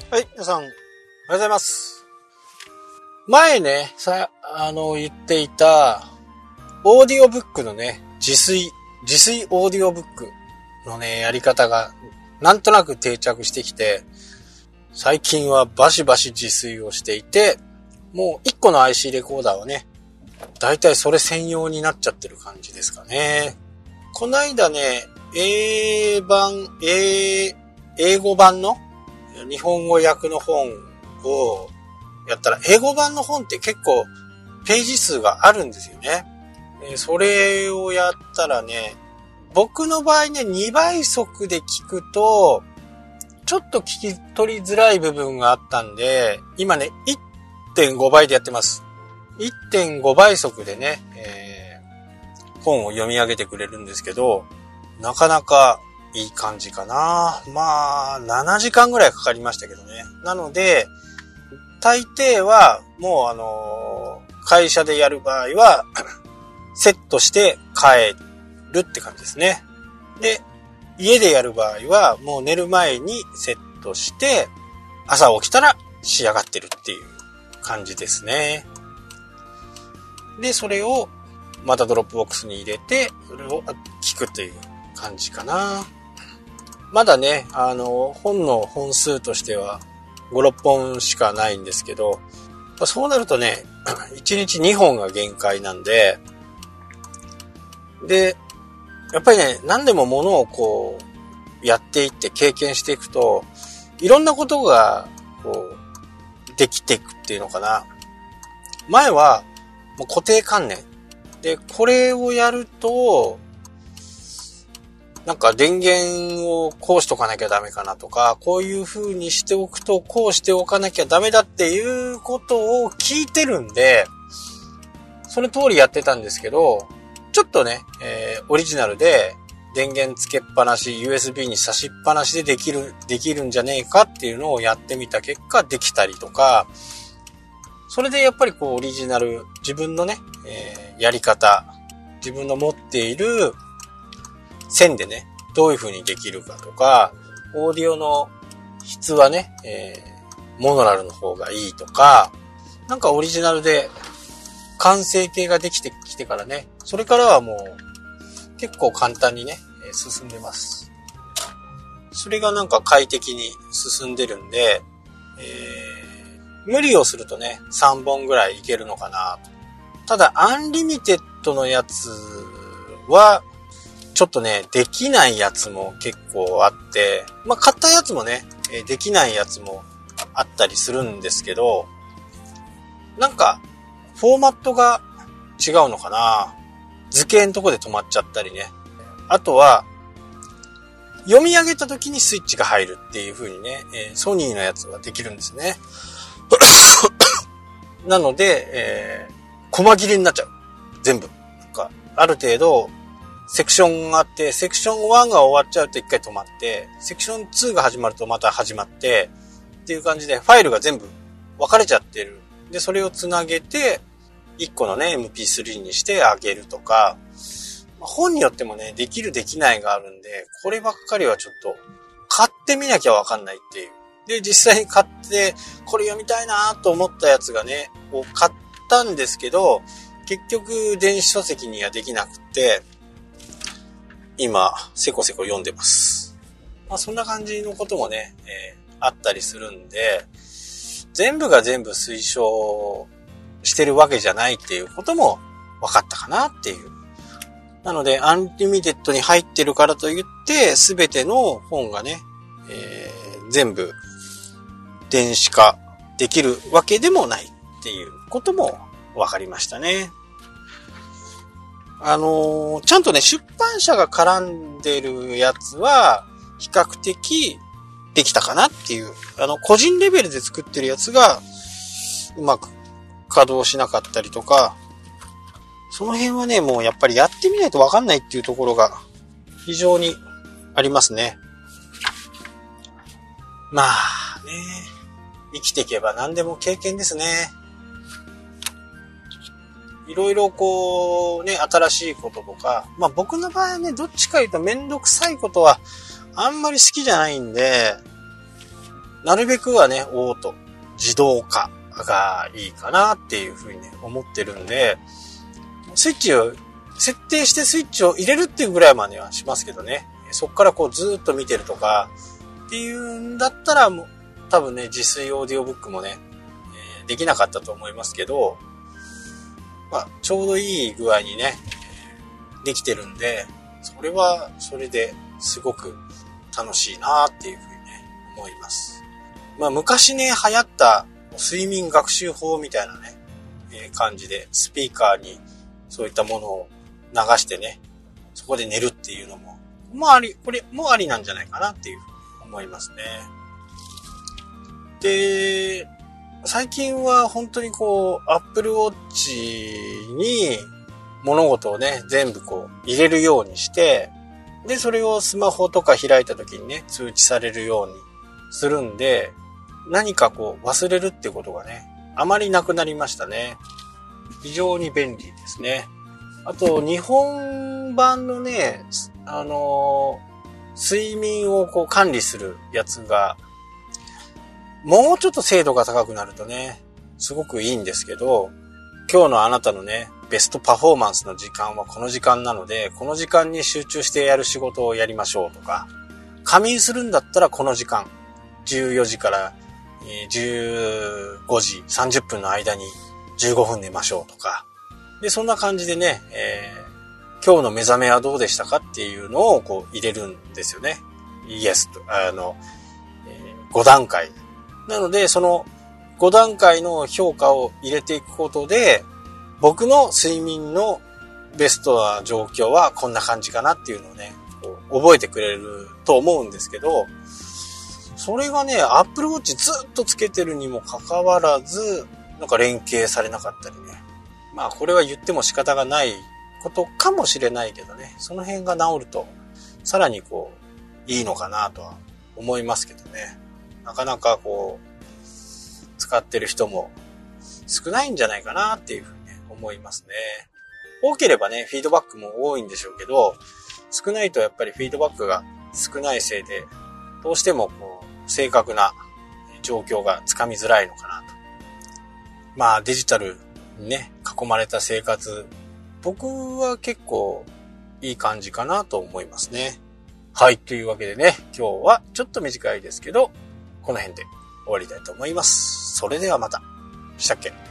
はい、皆さん、おはようございます。前ね、言っていた、オーディオブックのね、自炊オーディオブックのね、やり方が、なんとなく定着してきて、最近はバシバシ自炊をしていて、もう1個の IC レコーダーはね、だいたいそれ専用になっちゃってる感じですかね。こないだね、英語版の日本語訳の本をやったら、英語版の本って結構ページ数があるんですよね。それをやったらね、僕の場合ね、2倍速で聞くと、ちょっと聞き取りづらい部分があったんで、今ね、1.5 倍でやってます。1.5 倍速でね、本を読み上げてくれるんですけど、なかなかいい感じかな。まあ、7時間ぐらいかかりましたけどね。なので、大抵は、もう会社でやる場合は、セットして帰るって感じですね。で、家でやる場合は、もう寝る前にセットして、朝起きたら仕上がってるっていう感じですね。で、それを、またドロップボックスに入れて、それを聞くという感じかな。まだね、本の本数としては5、6本しかないんですけど、そうなるとね、1日2本が限界なんで、で、やっぱりね、何でもものをこう、やっていって経験していくと、いろんなことが、こう、できていくっていうのかな。前は、もう固定観念。で、これをやると、なんか電源をこうしとかなきゃダメかなとか、こういう風にしておくとこうしておかなきゃダメだっていうことを聞いてるんで、その通りやってたんですけど、ちょっとね、オリジナルで電源つけっぱなし、USB に差しっぱなしでできるんじゃねえかっていうのをやってみた結果できたりとか、それでやっぱりこうオリジナル、自分のね、やり方、自分の持っている線でね、どういう風にできるかとか、オーディオの質はね、モノラルの方がいいとか、なんかオリジナルで完成形ができてきてからね、それからはもう結構簡単にね、進んでます。それがなんか快適に進んでるんで、無理をするとね、3本ぐらいいけるのかなと。ただ、アンリミテッドのやつは、ちょっとね、できないやつも結構あって、まあ、買ったやつもね、できないやつもあったりするんですけど、なんか、フォーマットが違うのかな。図形のとこで止まっちゃったりね。あとは、読み上げた時にスイッチが入るっていう風にね、ソニーのやつはできるんですね。なので、細切れになっちゃう。全部。なんかある程度、セクションがあって、セクション1が終わっちゃうと一回止まって、セクション2が始まるとまた始まって、っていう感じで、ファイルが全部分かれちゃってる。で、それをつなげて、1個のね、MP3 にしてあげるとか、本によってもね、できるできないがあるんで、こればっかりはちょっと、買ってみなきゃわかんないっていう。で、実際に買って、これ読みたいなと思ったやつがね、を買ったんですけど、結局、電子書籍にはできなくて、今、せこせこ読んでます。まあ、そんな感じのこともね、あったりするんで、全部が全部推奨してるわけじゃないっていうことも分かったかなっていう。なので、アンリミテッドに入ってるからといって、すべての本がね、全部電子化できるわけでもないっていうことも分かりましたね。ちゃんとね、出版社が絡んでるやつは、比較的できたかなっていう。個人レベルで作ってるやつが、うまく稼働しなかったりとか、その辺はね、もうやっぱりやってみないとわかんないっていうところが、非常にありますね。まあね、生きていけば何でも経験ですね。いろいろこうね、新しいこととか、まあ僕の場合はね、どっちか言うとめんどくさいことはあんまり好きじゃないんで、 なるべくはね、オート、自動化がいいかなっていうふうにね、思ってるんで、スイッチを、設定してスイッチを入れるっていうぐらいまではしますけどね。そっからこうずーっと見てるとか、っていうんだったら、もう多分ね、自炊オーディオブックもね、できなかったと思いますけど、まあ、ちょうどいい具合にね、できてるんで、それはそれですごく楽しいなっていうふうにね、思います。まあ、昔ね、流行った睡眠学習法みたいなね、感じで、スピーカーにそういったものを流してね、そこで寝るっていうのも、まああり、これもありなんじゃないかなっていうふうに思いますね。で、最近は本当にこう、Apple Watch に物事をね、全部こう、入れるようにして、で、それをスマホとか開いた時にね、通知されるようにするんで、何かこう、忘れるってことがね、あまりなくなりましたね。非常に便利ですね。あと、日本版のね、睡眠をこう管理するやつが、もうちょっと精度が高くなるとね、すごくいいんですけど、今日のあなたのね、ベストパフォーマンスの時間はこの時間なので、この時間に集中してやる仕事をやりましょうとか、仮眠するんだったらこの時間、14時から15時30分の間に15分寝ましょうとか、で、そんな感じでね、今日の目覚めはどうでしたかっていうのをこう入れるんですよね。イエスと、5段階。なので、その5段階の評価を入れていくことで、僕の睡眠のベストな状況はこんな感じかなっていうのをね、覚えてくれると思うんですけど、それがね、Apple Watch ずっとつけてるにもかかわらず、なんか連携されなかったりね。まあこれは言っても仕方がないことかもしれないけどね、その辺が治ると、さらにこう、いいのかなとは思いますけどね。なかなかこう、使ってる人も少ないんじゃないかなっていうふうに、ね、思いますね。多ければね、フィードバックも多いんでしょうけど、少ないとやっぱりフィードバックが少ないせいで、どうしてもこう、正確な状況がつかみづらいのかなと。まあデジタルにね、囲まれた生活、僕は結構いい感じかなと思いますね。はい、というわけでね、今日はちょっと短いですけど、この辺で終わりたいと思います。それではまた。したっけ？